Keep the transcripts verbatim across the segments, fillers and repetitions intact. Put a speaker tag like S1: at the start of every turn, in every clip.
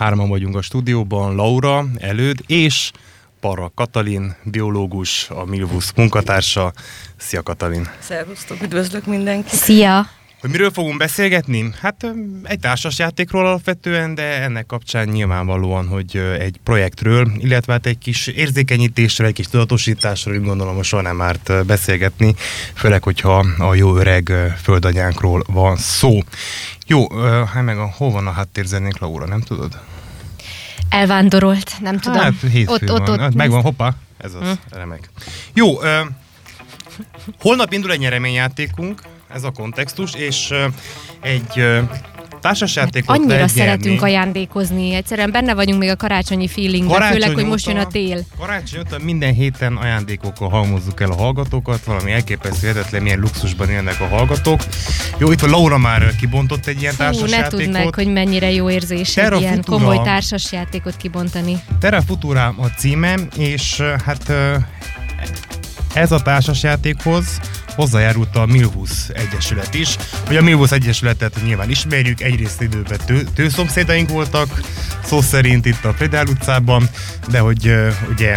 S1: hárman vagyunk a stúdióban, Laura, Előd, és Parra Katalin, biológus, a Milvus munkatársa. Szia Katalin!
S2: Szervusztok, üdvözlök mindenkit!
S3: Szia!
S1: Hogy miről fogunk beszélgetni? Hát egy társasjátékról alapvetően, de ennek kapcsán nyilvánvalóan, hogy egy projektről, illetve hát egy kis érzékenyítésről, egy kis tudatosításról, úgy gondolom, hogy soha nem árt beszélgetni, főleg, hogyha a jó öreg földanyánkról van szó. Jó, hát meg a, hol van a háttérzenénk, Laura, nem tudod?
S3: Elvándorolt, nem tudom.
S1: Hát hétfő
S3: ott,
S1: van.
S3: ott, ott,
S1: hát, megvan, hoppá, ez az, hm. remek. Jó, uh, holnap indul egy nyereményjátékunk, ez a kontextus, és uh, egy uh, társasjátékot
S3: annyira
S1: lehet
S3: szeretünk
S1: nyerni.
S3: ajándékozni, egyszerűen benne vagyunk még a karácsonyi feelingben,
S1: Karácsony
S3: főleg, hogy most
S1: óta,
S3: jön a tél.
S1: Karácsony óta minden héten ajándékokkal halmozzuk el a hallgatókat, valami elképesztő, hihetetlen, milyen luxusban élnek a hallgatók. Jó, itt van Laura már kibontott egy ilyen
S3: Fú,
S1: társasjátékot.
S3: ne tudd meg, hogy mennyire jó érzés
S1: Terra
S3: egy ilyen
S1: Futura.
S3: komoly társasjátékot kibontani.
S1: Terra Futura a címe, és hát ez a társasjátékhoz hozzájárult a Milvus Egyesület is. Hogy a Milvus Egyesületet nyilván ismerjük, egyrészt időben tő, tőszomszédaink voltak, szó szerint itt a Prédál utcában, de hogy uh, ugye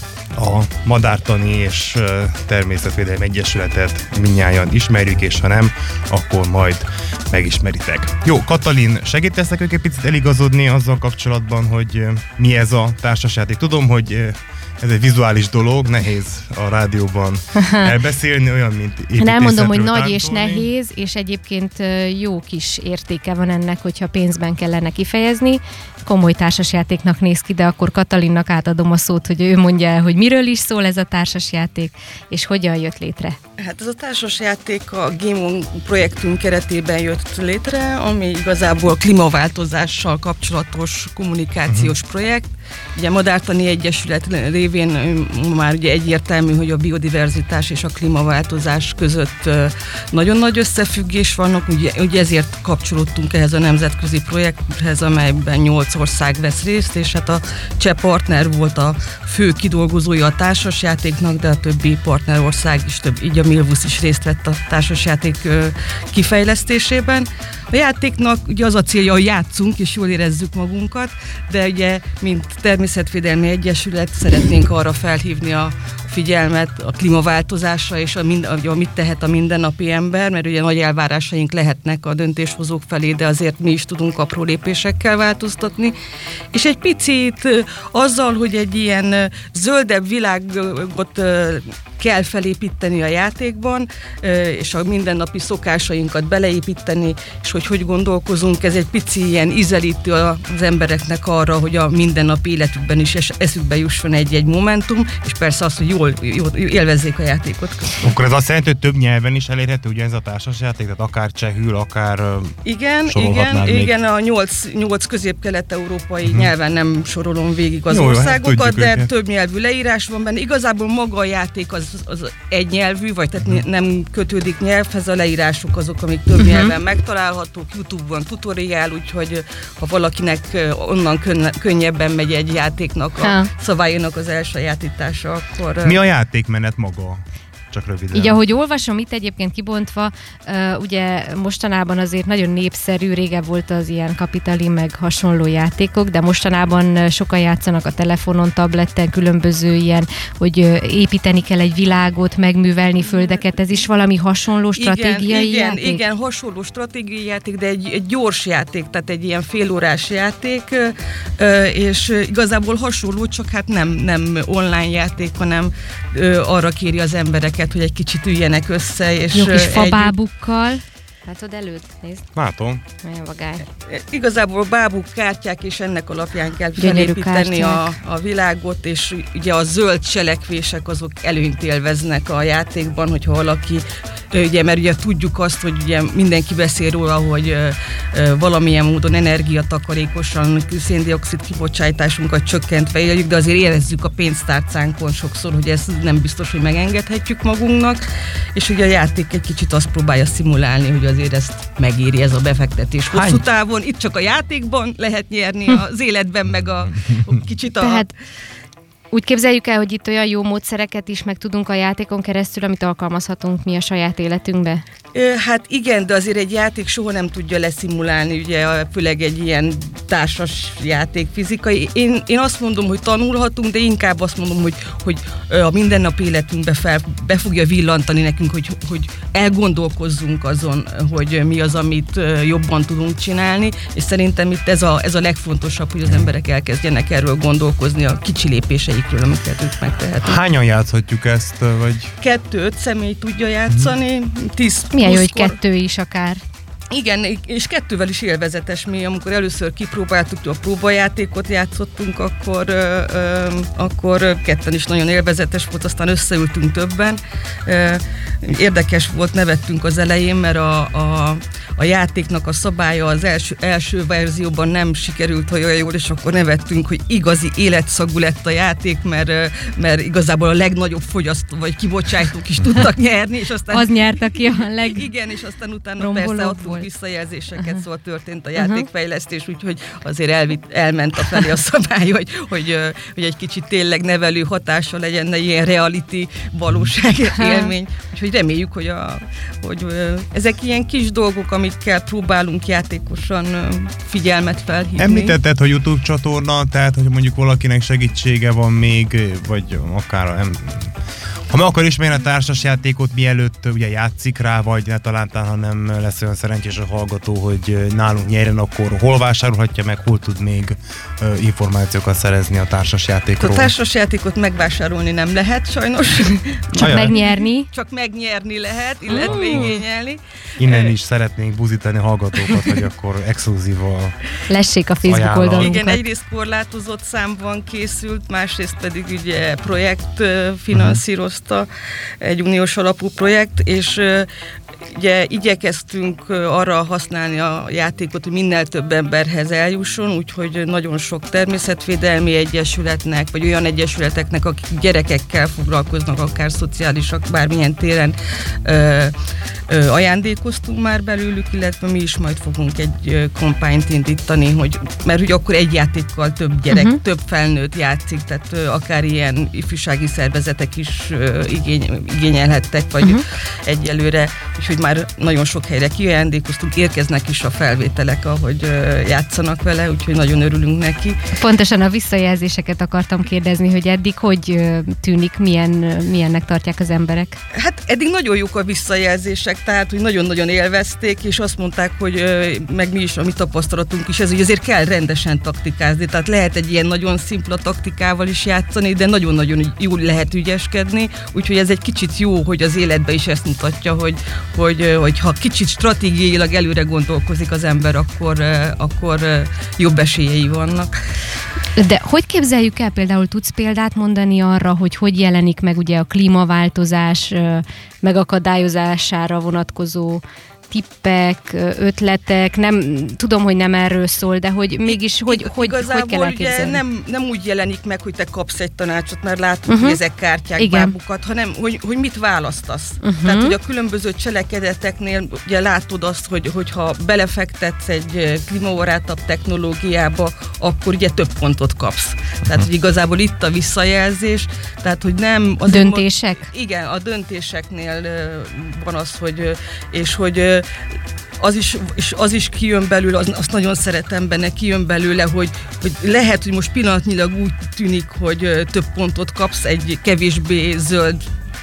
S1: a Madártani és uh, Természetvédelmi Egyesületet mindnyájan ismerjük, és ha nem, akkor majd megismeritek. Jó, Katalin, segítesz nekünk egy picit eligazodni azzal kapcsolatban, hogy uh, mi ez a társasjáték? Tudom, hogy uh, ez egy vizuális dolog, nehéz a rádióban elbeszélni, olyan, mint építészetről
S3: Nem mondom, hogy nagy
S1: táncolni.
S3: és nehéz, és egyébként jó kis értéke van ennek, hogyha pénzben kellene kifejezni. Komoly társasjátéknak néz ki, de akkor Katalinnak átadom a szót, hogy ő mondja el, hogy miről is szól ez a társasjáték, és hogyan jött létre.
S2: Hát ez a társasjáték a Game projektünk keretében jött létre, ami igazából klímaváltozással kapcsolatos kommunikációs uh-huh. projekt. Ugye a Madártani Egyesület révén már ugye egyértelmű, hogy a biodiverzitás és a klímaváltozás között nagyon nagy összefüggés vannak, ugye, ugye ezért kapcsolódtunk ehhez a nemzetközi projekthez, amelyben nyolc ország vesz részt, és hát a cseh partner volt a fő kidolgozója a társasjátéknak, de a többi partnerország is, több, így a Milvus is részt vett a társasjáték kifejlesztésében. A játéknak ugye az a célja, hogy játszunk és jól érezzük magunkat, de ugye, mint Természetvédelmi Egyesület szeretnénk arra felhívni a figyelmet a klímaváltozásra, és a, mind, a mit tehet a mindennapi ember, mert ugye nagy elvárásaink lehetnek a döntéshozók felé, de azért mi is tudunk apró lépésekkel változtatni. És egy picit azzal, hogy egy ilyen zöldebb világot kell felépíteni a játékban, és a mindennapi szokásainkat beleépíteni, és hogy hogy gondolkozunk, ez egy pici ilyen ízelítő az embereknek arra, hogy a mindennapi életükben is eszükbe jusson egy-egy momentum, és persze az, hogy jól, jól élvezzék a játékot.
S1: Akkor ez azt jelenti, hogy több nyelven is elérhető ugye ez a társasjáték, tehát akár csehül, akár
S2: igen, igen,
S1: még.
S2: igen, a nyolc, nyolc közép-kelet-európai uh-huh. nyelven nem sorolom végig az
S1: Jó,
S2: országokat,
S1: hát
S2: de
S1: őket.
S2: több nyelvű leírás van benne. Igazából maga a játék az, az egy nyelvű, vagy tehát uh-huh. nem kötődik nyelvhez, a leírások azok, amik több uh-huh. nyelven megtalálhatók, YouTube-on tutoriál, úgyhogy ha valakinek onnan könnyebben megy egy játéknak a ha. szabályának az elsajátítása, akkor...
S1: Mi a játékmenet maga? Csak röviden.
S3: Így ahogy olvasom, itt egyébként kibontva, uh, ugye mostanában azért nagyon népszerű, régebb volt az ilyen Kapitali meg hasonló játékok, de mostanában sokan játszanak a telefonon, tableten, különböző ilyen, hogy építeni kell egy világot, megművelni földeket, ez is valami hasonló stratégiai
S2: igen,
S3: játék?
S2: Igen, igen, hasonló stratégiai játék, de egy, egy gyors játék, tehát egy ilyen félórás játék, és igazából hasonló, csak hát nem, nem online játék, hanem arra kéri az embereket, hogy egy kicsit üljenek össze, és
S3: jó kis fabábukkal. Látod előtt? Nézd.
S1: Látom.
S3: Nagyon vagány.
S2: Igazából bábuk, kártyák, és ennek alapján kell felépíteni a, a világot, és ugye a zöld cselekvések azok előnyt élveznek a játékban, hogyha valaki, ugye, mert ugye tudjuk azt, hogy ugye mindenki beszél róla, hogy valamilyen módon energiatakarékosan szén-dioxid kibocsátásunkat csökkentve éljük, de azért érezzük a pénztárcánkon sokszor, hogy ez nem biztos, hogy megengedhetjük magunknak, és ugye a játék egy kicsit azt próbálja szimulálni, hogy azért ezt megéri ez a befektetés. Hosszú
S1: Hány?
S2: távon itt csak a játékban lehet nyerni, az életben meg a kicsit a...
S3: Tehát úgy képzeljük el, hogy itt olyan jó módszereket is meg tudunk a játékon keresztül, amit alkalmazhatunk mi a saját életünkbe?
S2: Hát igen, de azért egy játék soha nem tudja leszimulálni, ugye, főleg egy ilyen társas játék fizikai. Én, én azt mondom, hogy tanulhatunk, de inkább azt mondom, hogy, hogy a mindennapi életünkbe fel, be fogja villantani nekünk, hogy, hogy elgondolkozzunk azon, hogy mi az, amit jobban tudunk csinálni, és szerintem itt ez a, ez a legfontosabb, hogy az emberek elkezdjenek erről gondolkozni, a kicsi lépéseikről, amiket ők megtehetnek.
S1: Hányan játszhatjuk ezt? Vagy?
S2: Kettő-öt személy tudja játszani, tíz
S3: milyen jó, hogy kettő is akár.
S2: Igen, és kettővel is élvezetes. Mi, amikor először kipróbáltuk, a próbajátékot játszottunk, akkor, ö, ö, akkor ketten is nagyon élvezetes volt, aztán összeültünk többen. Érdekes volt, nevettünk az elején, mert a, a, a játéknak a szabálya az első, első verzióban nem sikerült olyan jól, és akkor nevettünk, hogy igazi életszagú lett a játék, mert, mert igazából a legnagyobb fogyasztó vagy kibocsátók is tudtak nyerni, és aztán...
S3: Az nyerte ki a leg...
S2: Igen, és aztán utána persze adtunk visszajelzéseket, uh-huh. Szóval történt a játékfejlesztés, úgyhogy azért elvitt, elment a felé a szabály, hogy, hogy, hogy egy kicsit tényleg nevelő hatása legyen, ilyen reality valóság élmény. Úgyhogy reméljük, hogy, a, hogy ezek ilyen kis dolgok, amikkel próbálunk játékosan figyelmet felhívni.
S1: Említetted, hogy YouTube csatorna, tehát hogy mondjuk valakinek segítsége van még, vagy akár nem... Ha meg akar ismerni a társasjátékot, mielőtt ugye játszik rá, vagy ne talántán, ha nem lesz olyan szerencsés a hallgató, hogy nálunk nyerjen, akkor hol vásárolhatja meg, hol tud még uh, információkat szerezni a társasjátékról?
S2: A társasjátékot megvásárolni nem lehet sajnos.
S3: Csak Ajaj. megnyerni.
S2: Csak megnyerni lehet, illetve oh. igényelni.
S1: Innen is szeretnénk buzítani hallgatókat, hogy akkor exkluzíva
S3: lessék a Facebook oldalunkat.
S2: Igen, egyrészt korlátozott számban készült, másrészt pedig ugye projekt finanszírozta, egy uniós alapú projekt, és ugye igyekeztünk arra használni a játékot, hogy minél több emberhez eljusson, úgyhogy nagyon sok természetvédelmi egyesületnek, vagy olyan egyesületeknek, akik gyerekekkel foglalkoznak, akár szociálisak, bármilyen téren ö, ö, ajándékoztunk már belőlük, illetve mi is majd fogunk egy kampányt indítani, hogy, mert hogy akkor egy játékkal több gyerek, uh-huh. több felnőtt játszik, tehát ö, akár ilyen ifjúsági szervezetek is ö, igény, igényelhettek, vagy uh-huh. egyelőre, úgyhogy már nagyon sok helyre kiajándékoztunk, érkeznek is a felvételek, ahogy ö, játszanak vele, úgyhogy nagyon örülünk neki.
S3: Pontosan a visszajelzéseket akartam kérdezni, hogy eddig hogy ö, tűnik, milyen, milyennek tartják az emberek?
S2: Hát eddig nagyon jók a visszajelzések, tehát hogy nagyon-nagyon élvezték, és azt mondták, hogy ö, meg mi is, a mi tapasztalatunk is ez, hogy azért kell rendesen taktikázni, tehát lehet egy ilyen nagyon szimpla taktikával is játszani, de nagyon-nagyon jól lehet ügyeskedni, úgyhogy ez egy kicsit jó, hogy az életben is ezt mutatja, hogy, hogy, hogy ha kicsit stratégiailag előre gondolkozik az ember, akkor, akkor jobb esélyei vannak.
S3: De hogy képzeljük el, például tudsz példát mondani arra, hogy hogy jelenik meg ugye a klímaváltozás megakadályozására vonatkozó tippek, ötletek, nem, tudom, hogy nem erről szól, de hogy mégis hogy, hogy, hogy kell elképzelni?
S2: Nem, nem úgy jelenik meg, hogy te kapsz egy tanácsot, mert látod, uh-huh. hogy ezek kártyák, igen. bábukat, hanem hogy, hogy mit választasz. Uh-huh. Tehát, hogy a különböző cselekedeteknél ugye látod azt, hogy, hogyha belefektetsz egy klímabarátabb technológiába, akkor ugye több pontot kapsz. Uh-huh. Tehát, hogy igazából itt a visszajelzés, tehát, hogy nem...
S3: Az döntések?
S2: Ma, igen, a döntéseknél van az, hogy és hogy az is, és az is kijön belőle, az, azt nagyon szeretem benne, kijön belőle, hogy, hogy lehet, hogy most pillanatnyilag úgy tűnik, hogy több pontot kapsz egy kevésbé zöld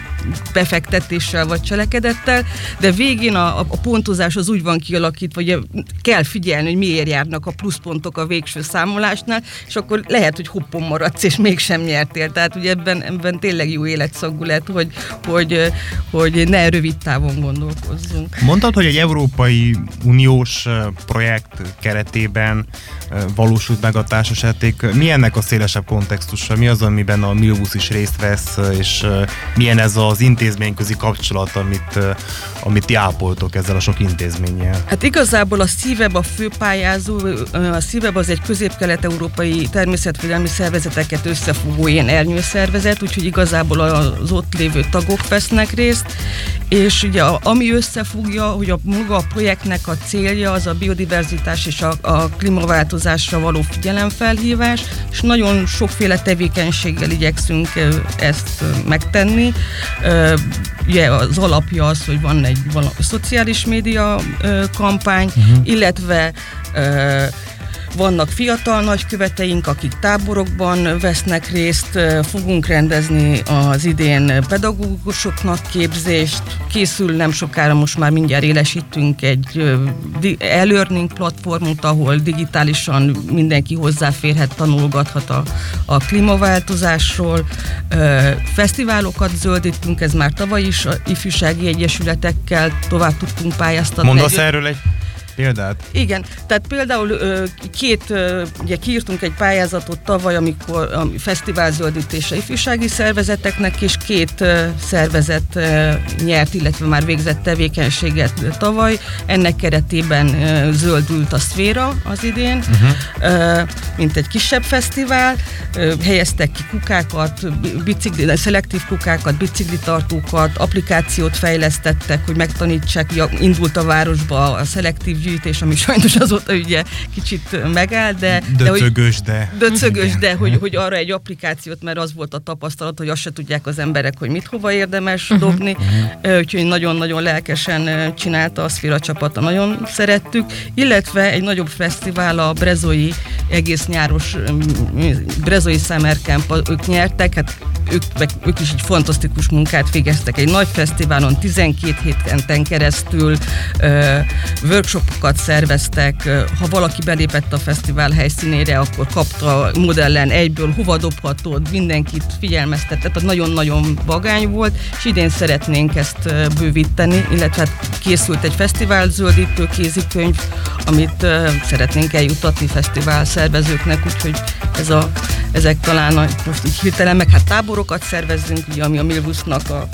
S2: befektetéssel vagy cselekedettel, de végén a, a pontozás az úgy van kialakítva, hogy kell figyelni, hogy miért járnak a pluszpontok a végső számolásnál, és akkor lehet, hogy hoppon maradsz, és mégsem nyertél. Tehát ugye ebben, ebben tényleg jó életszagú lett, hogy, hogy, hogy ne rövid távon gondolkozzunk.
S1: Mondtad, hogy egy Európai Uniós projekt keretében valósult meg a társasjáték. Mi ennek a szélesebb kontextusa? Mi az, amiben a Milvus is részt vesz, és milyen ez az intézményközi kapcsolat, amit, amit ti ápoltok ezzel a sok intézménnyel?
S2: Hát igazából a szíveb a főpályázó, a szíveb az egy közép-kelet-európai természetvédelmi szervezeteket összefogó ilyen ernyőszervezet, úgyhogy igazából az ott lévő tagok vesznek részt, és ugye ami összefogja, hogy a maga a projektnek a célja az a biodiverzitás és a, a klímaváltozásra való figyelemfelhívás, és nagyon sokféle tevékenységgel igyekszünk ezt megtenni. Ugye az alapja az, hogy van egy valami szociális média kampány, uh-huh. illetve vannak fiatal nagyköveteink, akik táborokban vesznek részt, fogunk rendezni az idén pedagógusoknak képzést, készül nem sokára, most már mindjárt élesítünk egy e-learning platformot, ahol digitálisan mindenki hozzáférhet, tanulgathat a, a klímaváltozásról. Fesztiválokat zöldítünk, ez már tavaly is ifjúsági egyesületekkel tovább tudtunk pályáztatni.
S1: Mondasz erről egy példát?
S2: Igen, tehát például két, ugye kiírtunk egy pályázatot tavaly, amikor a fesztivál zöldítése ifjúsági szervezeteknek, és két szervezet nyert, illetve már végzett tevékenységet tavaly. Ennek keretében zöldült a Szféra az idén, uh-huh. mint egy kisebb fesztivál. Helyeztek ki kukákat, bicikli, szelektív kukákat, biciklitartókat, applikációt fejlesztettek, hogy megtanítsák, indult a városba a szelektív gyűjtés, ami sajnos azóta ugye kicsit megáll, de...
S1: Döcögös, de...
S2: Döcögös, de, de hogy, hogy arra egy applikációt, mert az volt a tapasztalat, hogy azt se tudják az emberek, hogy mit hova érdemes uh-huh. dobni, uh-huh. úgyhogy nagyon-nagyon lelkesen csinálta a Szféra csapata, nagyon szerettük, illetve egy nagyobb fesztivál, a Brezói egész nyáros Brezói Summer Camp, ők nyertek, hát ők, ők is egy fantasztikus munkát végeztek egy nagy fesztiválon, tizenkét héten keresztül uh, workshopokat szerveztek, uh, ha valaki belépett a fesztivál helyszínére, akkor kapta modellen egyből hova dobhatod, mindenkit figyelmeztetett, tehát nagyon-nagyon vagány volt, és idén szeretnénk ezt uh, bővíteni, illetve hát készült egy fesztivál zöldítő kézikönyv, amit uh, szeretnénk eljutatni fesztivál szervezőknek, úgyhogy ez a, ezek talán a, most így hirtelen, meg hát táborokat szervezzünk, ugye, ami a Milvusznak a,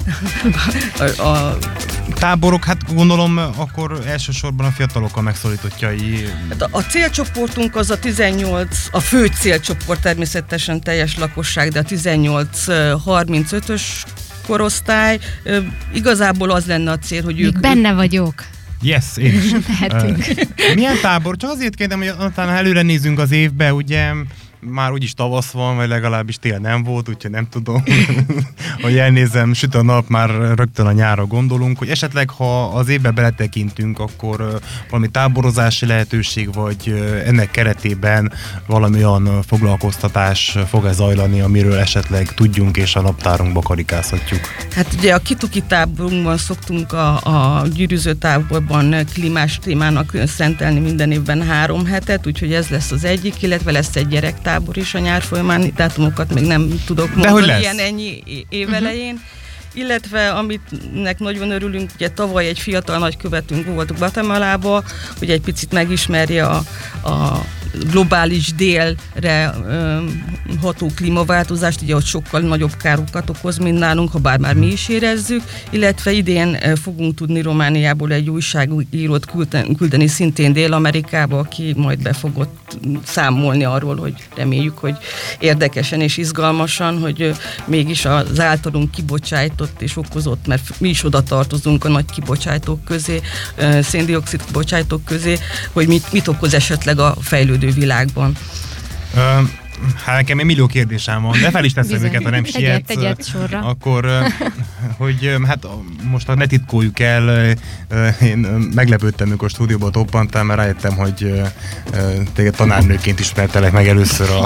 S2: a, a
S1: táborok, hát gondolom akkor elsősorban a fiatalokkal megszólítottjai.
S2: Hát a, a célcsoportunk az a tizennyolc, a fő célcsoport természetesen teljes lakosság, de a tizennyolc harmincötös korosztály. Igazából az lenne a cél, hogy ők...
S3: benne vagyok.
S1: Yes, én is. uh, milyen tábor? Csak azért kérdem, hogy talán előre nézzünk az évbe, ugye már úgyis tavasz van, vagy legalábbis tél nem volt, úgyhogy nem tudom, hogy elnézem, süt a nap, már rögtön a nyárra gondolunk, hogy esetleg, ha az évbe beletekintünk, akkor valami táborozási lehetőség, vagy ennek keretében valami olyan foglalkoztatás fog-e zajlani, amiről esetleg tudjunk, és a naptárunkba karikázhatjuk.
S2: Hát ugye a Kituki táborunkban szoktunk a, a gyűrűző táborban klímás témának szentelni minden évben három hetet, úgyhogy ez lesz az egyik, illetve lesz egy gyerektábor is a nyár folyamán, dátumokat még nem tudok mondani ilyen ennyi évelején. Uh-huh. Illetve, aminek nagyon örülünk, ugye tavaly egy fiatal nagykövetünk volt Guatemalába, hogy egy picit megismerje a, a globális délre um, ható klímaváltozást, ugye ott sokkal nagyobb károkat okoz, mint nálunk, ha bár már mi is érezzük, illetve idén uh, fogunk tudni Romániából egy újságírót küldeni, küldeni szintén Dél-Amerikába, aki majd be fogott számolni arról, hogy reméljük, hogy érdekesen és izgalmasan, hogy uh, mégis az általunk kibocsájtott és okozott, mert mi is oda tartozunk a nagy kibocsátók közé, uh, széndioxid kibocsátók közé, hogy mit, mit okoz esetleg a fejlődő világban.
S1: Uh, hát nekem egy millió kérdésem van, de fel is teszem őket, ha nem sietsz.
S3: Tegyed sorra.
S1: Akkor, hogy hát most ne titkoljuk el, én meglepődtem, amikor stúdióba toppantál, mert rájöttem, hogy téged tanárnőként ismertelek meg először a,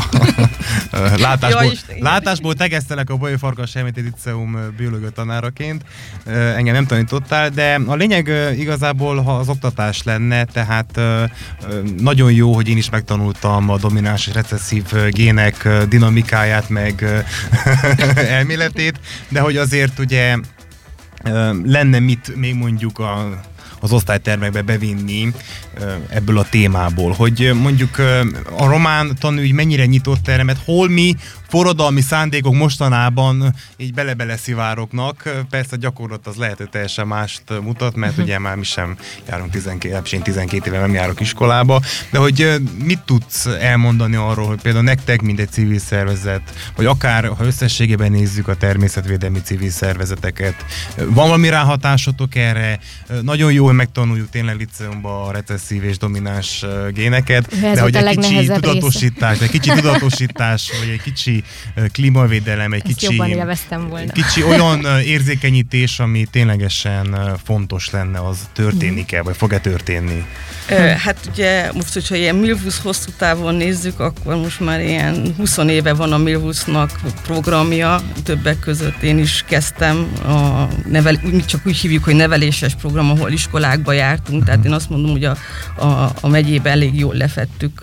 S1: a látásból. Ja, látásból tegesztelek a Bolyai-Farkas Elméleti biológia tanáraként. Engem nem tanítottál, de a lényeg igazából, ha az oktatás lenne, tehát nagyon jó, hogy én is megtanultam a domináns és recesszív gének dinamikáját, meg elméletét, de hogy azért ugye lenne mit még mondjuk a, az osztálytermekbe bevinni ebből a témából, hogy mondjuk a román tanügy mennyire nyitott erre, mert hol mi forradalmi szándékok mostanában így bele-bele szivároknak, persze a gyakorlat az lehet, hogy teljesen mást mutat, mert ugye már mi sem járunk tizenkét, én tizenkét éve nem járok iskolába, de hogy mit tudsz elmondani arról, hogy például nektek, mint egy civil szervezet, vagy akár, ha összességében nézzük a természetvédelmi civil szervezeteket, van valami ráhatásotok erre? Nagyon jó, megtanuljuk tényleg liceumban a recesszív és domináns géneket,
S3: Ez
S1: de hogy egy kicsi
S3: része.
S1: tudatosítás, egy kicsi tudatosítás, vagy egy kicsi klímavédelem, egy
S3: Ezt
S1: kicsi,
S3: jobban élveztem volna.
S1: kicsi olyan érzékenyítés, ami ténylegesen fontos lenne, az történik-e, vagy fog-e történni?
S2: Hát ugye most, hogyha ilyen Milvus hosszú távon nézzük, akkor most már ilyen húsz éve van a Milvusnak programja, többek között én is kezdtem, a nevel, mi csak úgy hívjuk, hogy neveléses program, ahol iskolákba jártunk, tehát én azt mondom, hogy a, a, a megyében elég jól lefettük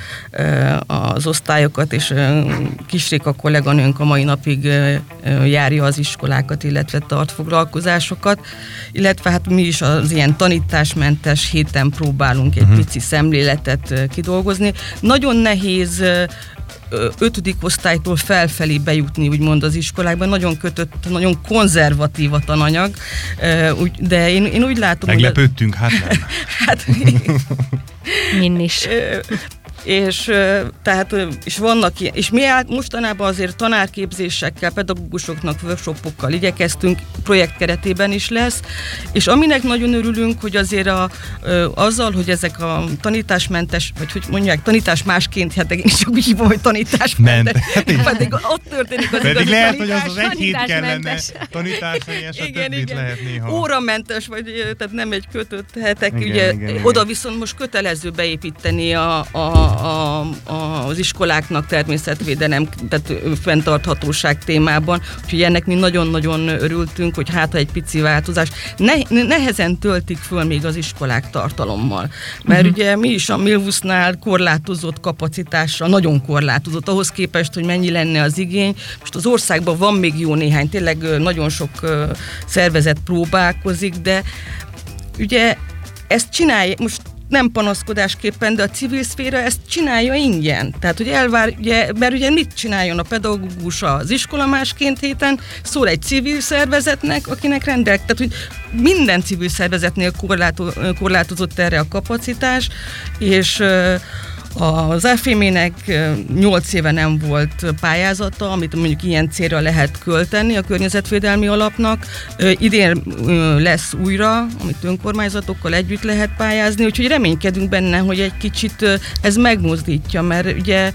S2: az osztályokat, és Kisréka kolléganőnk a mai napig járja az iskolákat, illetve tart foglalkozásokat, illetve hát mi is az ilyen tanításmentes héten próbálunk egy uh-huh. pici szemléletet kidolgozni. Nagyon nehéz ötödik osztálytól felfelé bejutni, úgymond az iskolákban, nagyon kötött, nagyon konzervatív a tananyag, de én, én úgy látom,
S1: Meglepődtünk, hogy... Meglepődtünk, hát nem.
S3: hát Min is.
S2: És tehát, és vannak ilyen, és mi mostanában azért tanárképzésekkel, pedagógusoknak, workshopokkal igyekeztünk, projekt keretében is lesz, és aminek nagyon örülünk, hogy azért a, azzal, hogy ezek a tanításmentes, vagy hogy mondják, tanítás másként, hát én csak úgy hívom, hogy tanításmentes, pedig ott történik az
S1: pedig
S2: igazi
S1: lehet,
S2: tanítás.
S1: hogy az az egy hét kellene, tanítás helyes, a
S2: igen,
S1: többit
S2: igen.
S1: lehet néha.
S2: Óramentes, vagy tehát nem egy kötött hetek,
S1: igen,
S2: ugye
S1: igen, igen.
S2: oda viszont most kötelező beépíteni a, a A, a, az iskoláknak természetvédelem, tehát fenntarthatóság témában, úgyhogy ennek mi nagyon-nagyon örültünk, hogy hát egy pici változás. Ne, nehezen töltik föl még az iskolák tartalommal, mert uh-huh. ugye mi is a Milvusnál korlátozott kapacitásra, nagyon korlátozott, ahhoz képest, hogy mennyi lenne az igény. Most az országban van még jó néhány, tényleg nagyon sok szervezet próbálkozik, de ugye ezt csinálja, most nem panaszkodásképpen, de a civil szféra ezt csinálja ingyen. Tehát, hogy elvár, ugye, mert ugye mit csináljon a pedagógus az iskola másként héten, szól egy civil szervezetnek, akinek rendel, tehát, hogy minden civil szervezetnél korláto, korlátozott erre a kapacitás, és az á ef é em-nek nyolc éve nem volt pályázata, amit mondjuk ilyen célra lehet költeni a környezetvédelmi alapnak. Idén lesz újra, amit önkormányzatokkal együtt lehet pályázni, úgyhogy reménykedünk benne, hogy egy kicsit ez megmozdítja, mert ugye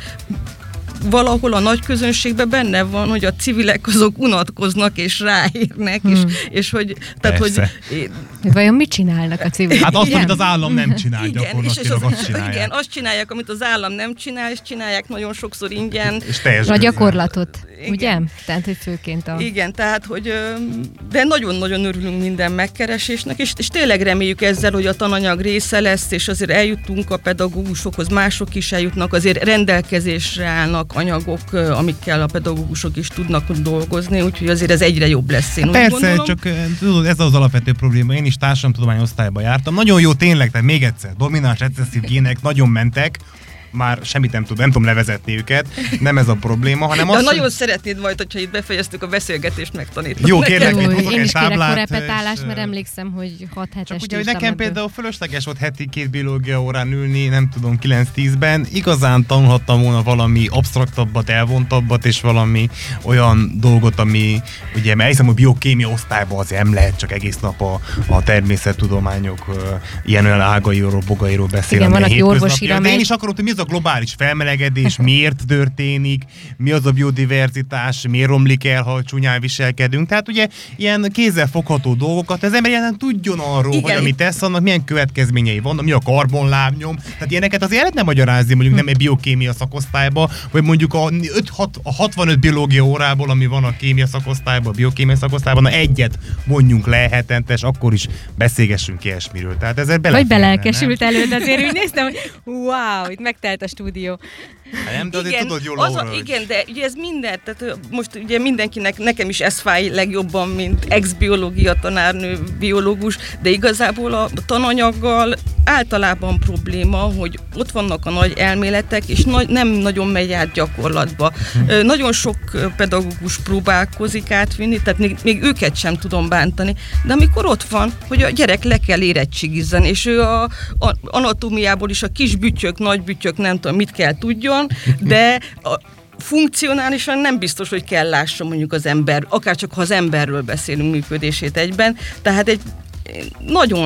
S2: valahol a nagy közönségben benne van, hogy a civilek azok unatkoznak és ráérnek, hmm. és, és hogy... Tehát, hogy
S3: vajon mit csinálnak a civilek?
S1: Hát azt, amit az állam nem csinál,
S2: igen,
S1: gyakorlatilag
S2: és az,
S1: azt csinálják.
S2: Igen, azt csinálják, amit az állam nem csinál, és csinálják nagyon sokszor ingyen.
S1: És teljes
S3: a gyakorlatot,
S2: igen.
S3: ugye? Tehát, hogy főként a...
S2: Igen, tehát, hogy de nagyon-nagyon örülünk minden megkeresésnek, és, és tényleg reméljük ezzel, hogy a tananyag része lesz, és azért eljutunk a pedagógusokhoz, mások is eljutnak, azért rendelkezésre állnak anyagok, amikkel a pedagógusok is tudnak dolgozni, úgyhogy azért ez egyre jobb lesz, én
S1: Persze,
S2: úgy gondolom.
S1: csak tudod, ez az alapvető probléma. Én is társadalomtudomány osztályban jártam. Nagyon jó tényleg, tehát még egyszer, domináns, recesszív gének nagyon mentek, már semmit nem tudom, nem tudom levezetni őket, nem ez a probléma, hanem
S2: de
S1: az,
S2: nagyon
S1: hogy...
S2: szeretnéd majd, hogyha itt befejeztük a beszélgetést, megtanítani.
S1: Jó, kérlek,
S3: Jó,
S1: itt hozok
S3: én
S1: egy
S3: is kérek
S1: táblát.
S3: korepetálás,
S1: és,
S3: mert emlékszem, hogy hat hetes
S1: csak ugye, hogy nekem például fölösleges volt heti két biológia órán ülni, nem tudom, kilenc-tízben. Igazán tanulhattam volna valami absztraktabbat, elvontabbat, és valami olyan dolgot, ami ugye, mert hiszem, hogy biokémia osztályban azért nem lehet csak egész nap a, a természettudományok uh, ilyen olyan ágairól, bogairól beszélni.
S3: Igen, van, aki orvosira megy.
S1: Én is akarom, hogy mi az a globális felmelegedés, miért történik, mi az a biodiverzitás, miért romlik el, ha csúnyán viselkedünk. Tehát ugye ilyen kézzelfogható dolgokat, az ember ilyen tudjon arról, igen, hogy amit tesz, annak milyen következményei vannak, mi a karbonlábnyom. Tehát ilyeneket azért lehetne magyarázni, mondjuk nem egy biokémia szakosztályba, vagy mondjuk a, öt, hat, a hatvanöt biológia órából, ami van a kémia szakosztályban, a biokémia szakosztályban, na egyet vonjunk le hetente, és akkor is beszélgessünk ilyesmiről. Tehát ezzel bele.
S3: Vagy belelkesült előtt, azért úgy néztem, hogy wow, itt megtelt a stúdió.
S1: Hát nem, de azért
S2: igen,
S1: tudod jól,
S2: az
S1: Laura,
S2: a,
S1: hogy...
S2: igen, de ugye ez minden, tehát most ugye mindenkinek, nekem is ez fáj legjobban, mint ex-biológia tanárnő, biológus, de igazából a tananyaggal általában probléma, hogy ott vannak a nagy elméletek, és nagy, nem nagyon megy át gyakorlatba. Hm. Nagyon sok pedagógus próbálkozik átvinni, tehát még, még őket sem tudom bántani, de amikor ott van, hogy a gyerek le kell érettségizzen, és ő a, a anatómiából is a kis bütyök, nagy bütyök, nem tudom, mit kell tudjon, de a, funkcionálisan nem biztos, hogy kell lássa mondjuk az ember, akár csak ha az emberről beszélünk működését egyben, tehát egy nagyon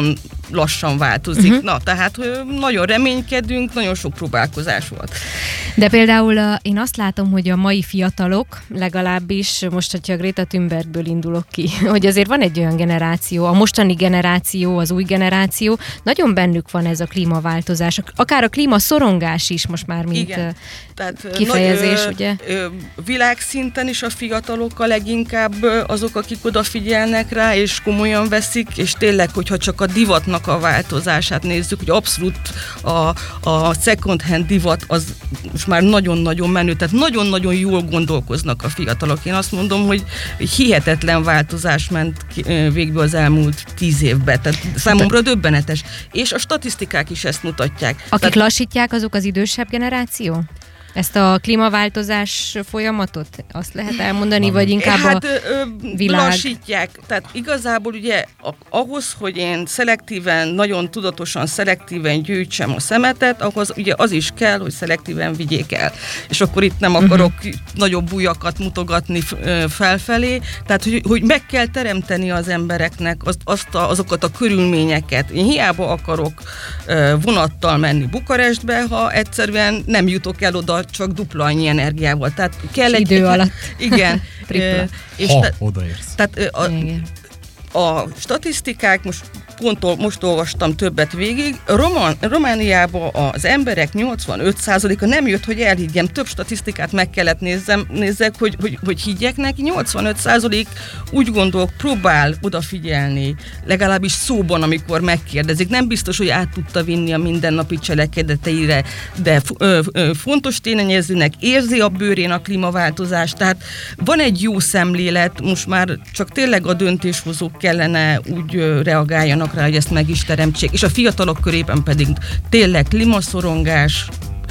S2: lassan változik.
S3: Uh-huh.
S2: Na, tehát nagyon reménykedünk, nagyon sok próbálkozás volt.
S3: De például én azt látom, hogy a mai fiatalok, legalábbis most, hogyha Greta Thunbergből indulok ki, hogy azért van egy olyan generáció, a mostani generáció, az új generáció, nagyon bennük van ez a klímaváltozás, akár a klímaszorongás is most már, mint
S2: Igen. Tehát,
S3: kifejezés,
S2: nagy,
S3: ugye?
S2: Világszinten is a fiatalok a leginkább azok, akik odafigyelnek rá, és komolyan veszik, és tényleg, hogyha csak a divatnak a változását nézzük, hogy abszolút a, a second hand divat az most már nagyon-nagyon menő, tehát nagyon-nagyon jól gondolkoznak a fiatalok. Én azt mondom, hogy hihetetlen változás ment végbe az elmúlt tíz évben, tehát számomra döbbenetes. És a statisztikák is ezt mutatják.
S3: Akik
S2: tehát,
S3: lassítják, azok az idősebb generáció? Ezt a klímaváltozás folyamatot? Azt lehet elmondani, vagy inkább
S2: hát,
S3: a
S2: ö,
S3: világ?
S2: Lassítják. Tehát igazából ugye ahhoz, hogy én szelektíven, nagyon tudatosan szelektíven gyűjtsem a szemetet, ahhoz ugye az is kell, hogy szelektíven vigyék el. És akkor itt nem akarok uh-huh. nagyobb ujjakat mutogatni felfelé, tehát hogy, hogy meg kell teremteni az embereknek azt, azt a, azokat a körülményeket. Én hiába akarok vonattal menni Bukarestbe, ha egyszerűen nem jutok el oda csak dupla annyi energiával. Tehát kell egy
S3: idő
S2: egy,
S3: alatt.
S2: Igen.
S1: e, és ha te, odaérsz.
S2: Tehát a, a statisztikák, most pont most olvastam többet végig, Roman, Romániában az emberek nyolcvanöt százaléka nem jött, hogy elhiggyem, több statisztikát meg kellett nézzem, nézzek, hogy, hogy, hogy higgyek neki, nyolcvanöt százalék úgy gondol, próbál odafigyelni, legalábbis szóban, amikor megkérdezik. Nem biztos, hogy át tudta vinni a mindennapi cselekedeteire, de ö, ö, fontos tényezőnek érzi a bőrén a klímaváltozást, tehát van egy jó szemlélet, most már csak tényleg a döntéshozók kellene úgy ö, reagáljanak rá, hogy ezt meg is teremtsék. És a fiatalok körében pedig tényleg klímaszorongás,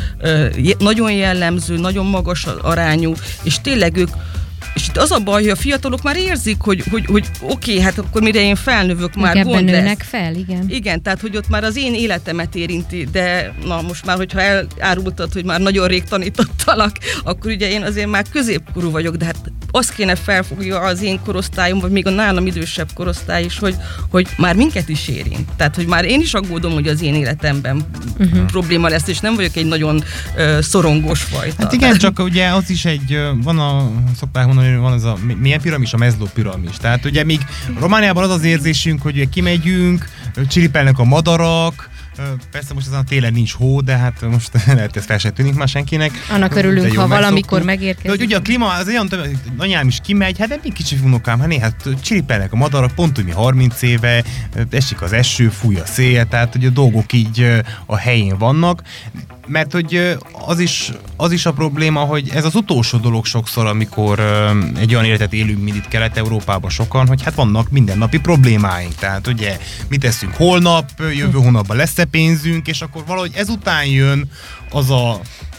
S2: nagyon jellemző, nagyon magas arányú, és tényleg ők, és itt az a baj, hogy a fiatalok már érzik, hogy, hogy, hogy oké, okay, hát akkor mire én felnövök, már
S3: ebben
S2: gond
S3: nőnek
S2: lesz.
S3: fel, igen.
S2: Igen, tehát hogy ott már az én életemet érinti, de na most már, hogyha elárultad, hogy már nagyon rég tanítottalak, akkor ugye én azért már középkorú vagyok, de hát azt kéne felfogja az én korosztályom, vagy még a nálam idősebb korosztály is, hogy, hogy már minket is érint. Tehát, hogy már én is aggódom, hogy az én életemben uh-huh. probléma lesz, és nem vagyok egy nagyon uh, szorongós fajta.
S1: Hát igen, csak ugye az is egy, van a, szokták mondani, hogy van az a, milyen piramis? A Maslow piramis. Tehát ugye még Romániában az az érzésünk, hogy ugye kimegyünk, csiripelnek a madarak, persze most ezen a télen nincs hó, de hát most lehet, ez fel sem tűnik már senkinek.
S3: Annak örülünk, ha valamikor megérkezik.
S1: De hogy ugye a klíma, az olyan, anyám is kimegy, hát de még kicsi unokám, hát néha csiripelnek a madarak, pont úgy mi harminc éve, esik az eső, fúj a szél, tehát hogy a dolgok így a helyén vannak. Mert hogy az is, az is a probléma, hogy ez az utolsó dolog sokszor, amikor egy olyan életet élünk, mint itt Kelet-Európában sokan, hogy hát vannak mindennapi problémáink. Tehát ugye mit teszünk holnap, jövő hónapban lesz-e pénzünk, és akkor valahogy ezután jön az a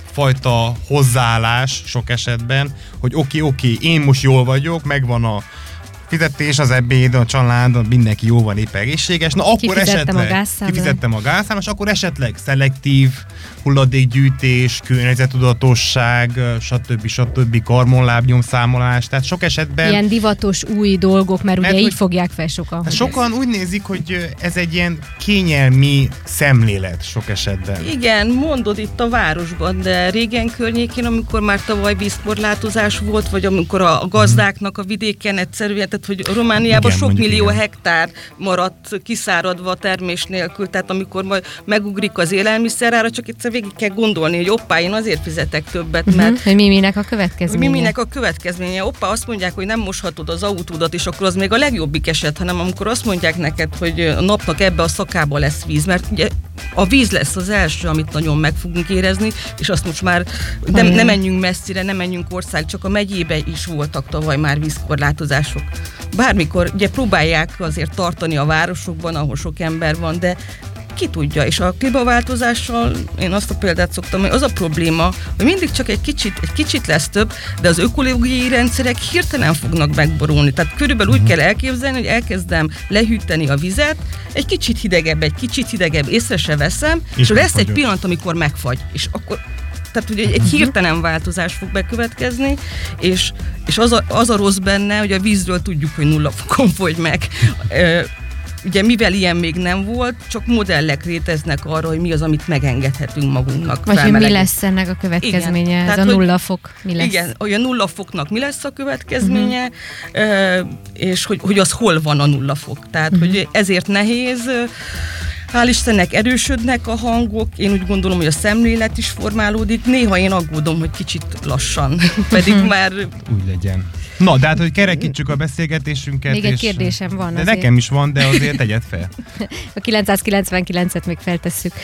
S1: fajta hozzáállás sok esetben, hogy oké, okay, oké, okay, én most jól vagyok, megvan a fizetés, az ebéd, a család, mindenki jó van, épp egészséges. Na akkor
S3: kifizettem
S1: esetleg
S3: a gázszámlát.
S1: kifizettem a gázszámlát, és akkor esetleg szelektív hulladékgyűjtés, környezettudatosság, stb. stb. Karbonlábnyomszámolás, tehát sok esetben...
S3: Ilyen divatos új dolgok, mert, mert ugye így fogják fel sokan.
S1: Sokan ez... úgy nézik, hogy ez egy ilyen kényelmi szemlélet sok esetben.
S2: Igen, mondod itt a városban, de régen környékén, amikor már tavaly vízkorlátozás volt, vagy amikor a gazdáknak a vidéken egyszerűen, tehát hogy Romániában igen, sok millió igen. hektár maradt kiszáradva termés nélkül, tehát amikor majd megugrik az élelmiszerára, csak egyszer végig kell gondolni, hogy oppá, én azért fizetek többet, mert... Uh-huh.
S3: Hogy mi minek a következménye?
S2: Mi minek a következménye? Oppá, azt mondják, hogy nem moshatod az autódat, és akkor az még a legjobbik eset, hanem amikor azt mondják neked, hogy a napnak ebbe a szakába lesz víz, mert ugye a víz lesz az első, amit nagyon meg fogunk érezni, és azt most már nem, nem menjünk messzire, nem menjünk ország, csak a megyébe is voltak tavaly már vízkorlátozások. Bármikor, ugye próbálják azért tartani a városokban, ahol sok ember van, de ki tudja, és a klímaváltozással én azt a példát szoktam, hogy az a probléma, hogy mindig csak egy kicsit, egy kicsit lesz több, de az ökológiai rendszerek hirtelen fognak megborulni. Tehát körülbelül úgy kell elképzelni, hogy elkezdem lehűteni a vizet, egy kicsit hidegebb, egy kicsit hidegebb, észre se veszem, és, és lesz egy pillanat, amikor megfagy, és akkor tehát ugye egy hirtelen változás fog bekövetkezni, és, és az, a, az a rossz benne, hogy a vízről tudjuk, hogy nulla fokon fogy meg. ugye mivel ilyen még nem volt, csak modellek léteznek arra, hogy mi az, amit megengedhetünk magunknak.
S3: Vagy hogy mi lesz ennek a következménye, igen, ez tehát, a nulla fok, mi lesz?
S2: Igen, hogy a nulla foknak mi lesz a következménye, uh-huh. és hogy, hogy az hol van a nulla fok. Tehát, uh-huh. hogy ezért nehéz. Hál' Istennek erősödnek a hangok, én úgy gondolom, hogy a szemlélet is formálódik. Néha én aggódom, hogy kicsit lassan, pedig már...
S1: Úgy legyen. Na, de hát, hogy kerekítsük a beszélgetésünket.
S3: Még egy kérdésem van.
S1: De azért. Nekem is van, de azért tegyed fel.
S3: A kilencszázkilencvenkilencet még feltesszük.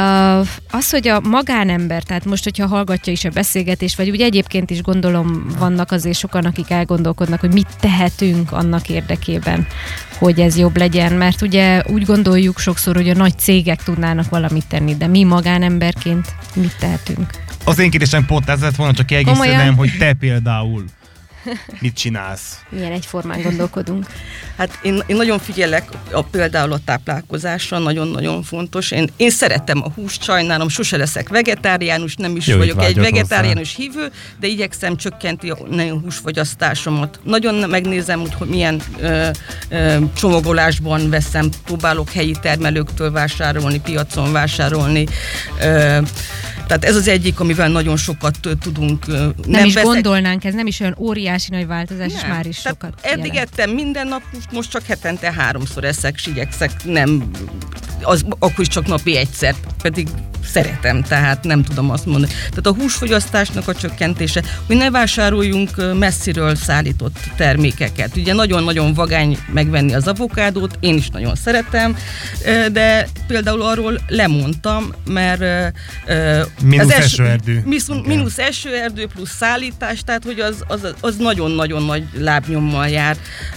S3: Az, hogy a magánember, tehát most, hogyha hallgatja is a beszélgetést, vagy úgy egyébként is gondolom vannak azért sokan, akik elgondolkodnak, hogy mit tehetünk annak érdekében, hogy ez jobb legyen, mert ugye úgy gondoljuk sokszor, hogy a nagy cégek tudnának valamit tenni, de mi magánemberként mit tehetünk?
S1: Az én kérdésem pont ez lett volna, csak kiegészítem, hogy te például mit csinálsz?
S3: Milyen egyformán gondolkodunk?
S2: Hát én, én nagyon figyelek a, például a táplálkozásra, nagyon-nagyon fontos. Én, én szeretem a húst, sajnálom, sose leszek vegetáriánus, nem is Jó, vagyok egy vegetáriánus hozzá. hívő, de igyekszem csökkenti a nagyon húsfogyasztásomat. Nagyon megnézem, hogy milyen ö, ö, csomagolásban veszem, próbálok helyi termelőktől vásárolni, piacon vásárolni. Ö, Tehát ez az egyik, amivel nagyon sokat tudunk. Nem,
S3: nem is veszek... gondolnánk, ez nem is olyan óriási nagy változás, és már is
S2: Tehát
S3: sokat
S2: eddig
S3: jelent.
S2: ettem minden nap, most csak hetente háromszor eszek, s igyekszek, nem, az, akkor is csak napi egyszer, pedig szeretem, tehát nem tudom azt mondani. Tehát a húsfogyasztásnak a csökkentése, hogy ne vásároljunk messziről szállított termékeket. Ugye nagyon-nagyon vagány megvenni az avokádót, én is nagyon szeretem, de például arról lemondtam, mert
S1: Mínusz esőerdő.
S2: Mínusz esőerdő plusz szállítás, tehát hogy az, az, az nagyon-nagyon nagy lábnyommal jár.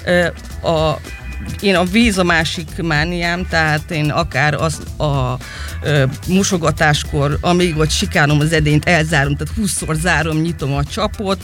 S2: A, én a víz a másik mániám, tehát én akár az a ö, mosogatáskor, amíg ott sikálom az edényt, elzárom, tehát húszszor zárom, nyitom a csapot,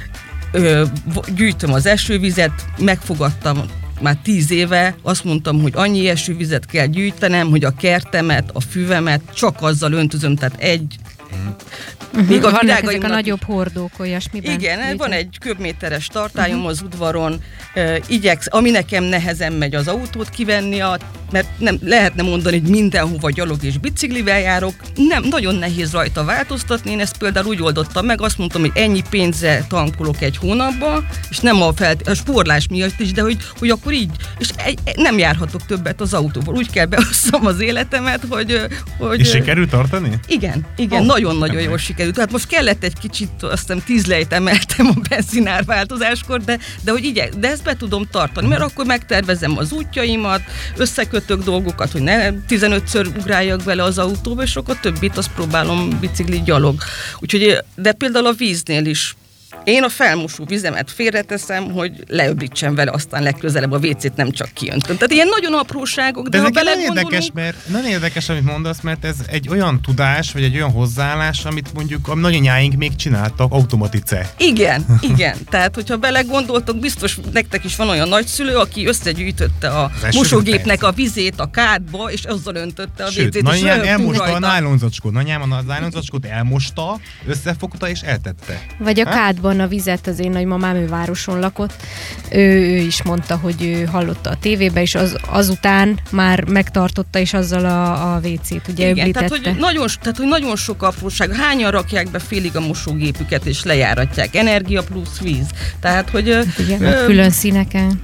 S2: ö, gyűjtöm az esővizet, megfogadtam már tíz éve, azt mondtam, hogy annyi esővizet kell gyűjtenem, hogy a kertemet, a füvemet csak azzal öntözöm, tehát egy
S3: Uh-huh. Még a vannak ezek a nagyobb hordók, olyasmiben.
S2: Igen, gyűjtem. Van egy köbméteres tartályom uh-huh. az udvaron, uh, igyeksz, ami nekem nehezen megy az autót kivenni, a, mert nem lehetne mondani, hogy mindenhova gyalog és biciklivel járok, nem, nagyon nehéz rajta változtatni, én ezt például úgy oldottam meg, azt mondtam, hogy ennyi pénzzel tankolok egy hónapba, és nem a, felt- a spórlás miatt is, de hogy, hogy akkor így, és egy, nem járhatok többet az autóval, úgy kell beosszam az életemet, hogy... hogy
S1: és sikerült tartani?
S2: Igen, igen, oh, nagyon-nagyon jól sikerült. Tehát most kellett egy kicsit, azt hiszem tíz lejt emeltem a benzinár változáskor, de, de, hogy így, de ezt be tudom tartani, mert akkor megtervezem az útjaimat, összekötök dolgokat, hogy ne tizenötször ugráljak bele az autóba, és akkor többit azt próbálom bicikli gyalog. Úgyhogy, de például a víznél is én a felmosó vizemet félreteszem, hogy leöblítsem vele, aztán legközelebb a vécét nem csak kiöntöm. Tehát ilyen nagyon apróságok, de, de ha belegondolunk...
S1: érdekes, mert nagyon érdekes, amit mondasz, mert ez egy olyan tudás, vagy egy olyan hozzáállás, amit mondjuk a nagyanyáink még csináltak automatice.
S2: Igen, igen. Tehát, hogyha belegondoltok, biztos nektek is van olyan nagyszülő, aki összegyűjtötte a mosógépnek a vizét a kádba, és azzal öntötte a
S1: Sőt,
S2: vécét.
S1: nagyanyám elmosta a nájlonzacskót. Nagyanyám a nájlonzacskót elmosta, összefogta és eltette.
S3: Vagy a kádban a vizet, az én nagymamám, ő városon lakott, ő, ő is mondta, hogy ő hallotta a tévébe, és az, azután már megtartotta, és azzal a, a vécét ugye
S2: igen, tehát hogy, nagyon, tehát, hogy nagyon sok apróság. Hányan rakják be félig a mosógépüket, és lejáratják. Energia plusz víz. Tehát, hogy...
S3: Igen, ö, külön színeken.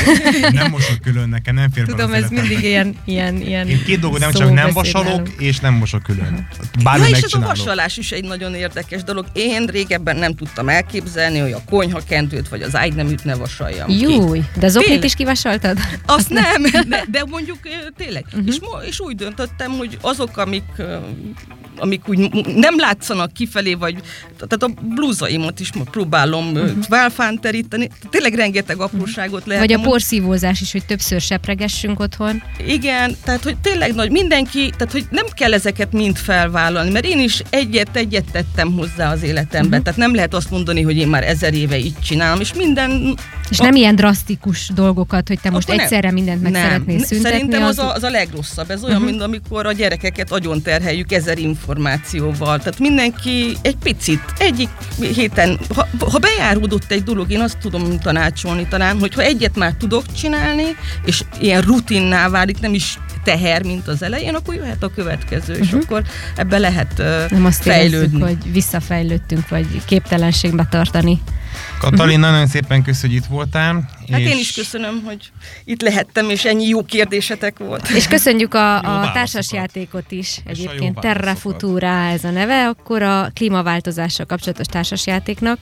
S1: Nem mosok külön, nekem nem fér.
S3: Tudom, ez mindig ilyen, ilyen, ilyen
S1: én két dolgot nem csak nem vasalok, és nem mosok külön.
S2: Bármi ja, és ez a vasalás is egy nagyon érdekes dolog. Én régebben nem tudtam elképzelni, hogy a konyhakendőt vagy az ágyneműt ne vasaljam.
S3: Júj, de az oknit is kivasaltad?
S2: Azt nem, de, de mondjuk tényleg. Uh-huh. És, és úgy döntöttem, hogy azok, amik, amik úgy nem látszanak kifelé, vagy tehát a blúzaimat is próbálom uh-huh. válfán teríteni. Tényleg rengeteg apróságot lehet.
S3: Vagy a porszívózás is, hogy többször sepregessünk otthon.
S2: Igen, tehát hogy tényleg nagy, mindenki, tehát hogy nem kell ezeket mind felvállalni, mert én is egyet-egyet tettem hozzá az életembe. Uh-huh. Tehát nem lehet azt mondani, hogy én már ezer éve így csinálom, és minden...
S3: És a... nem ilyen drasztikus dolgokat, hogy te most akkor egyszerre nem. mindent meg nem. szeretnél szüntetni.
S2: Szerintem az, az, a, az a legrosszabb. Ez olyan, uh-huh. mint amikor a gyerekeket agyon terheljük ezer inf- információval. Tehát mindenki egy picit, egyik héten, ha, ha bejáródott egy dolog, én azt tudom tanácsolni talán, hogy ha egyet már tudok csinálni, és ilyen rutinná válik, nem is teher, mint az elején, akkor jöhet a következő, uh-huh. és akkor ebbe lehet uh,
S3: nem azt
S2: fejlődni.
S3: érezzük, hogy visszafejlődtünk, vagy képtelenségbe tartani.
S1: Katalin, uh-huh. nagyon szépen köszönjük, hogy itt voltál.
S2: Hát
S1: és...
S2: én is köszönöm, hogy itt lehettem, és ennyi jó kérdésetek volt.
S3: És köszönjük a, a társasjátékot is, és egyébként Terra Futura ez a neve, akkor a klímaváltozással kapcsolatos társasjátéknak.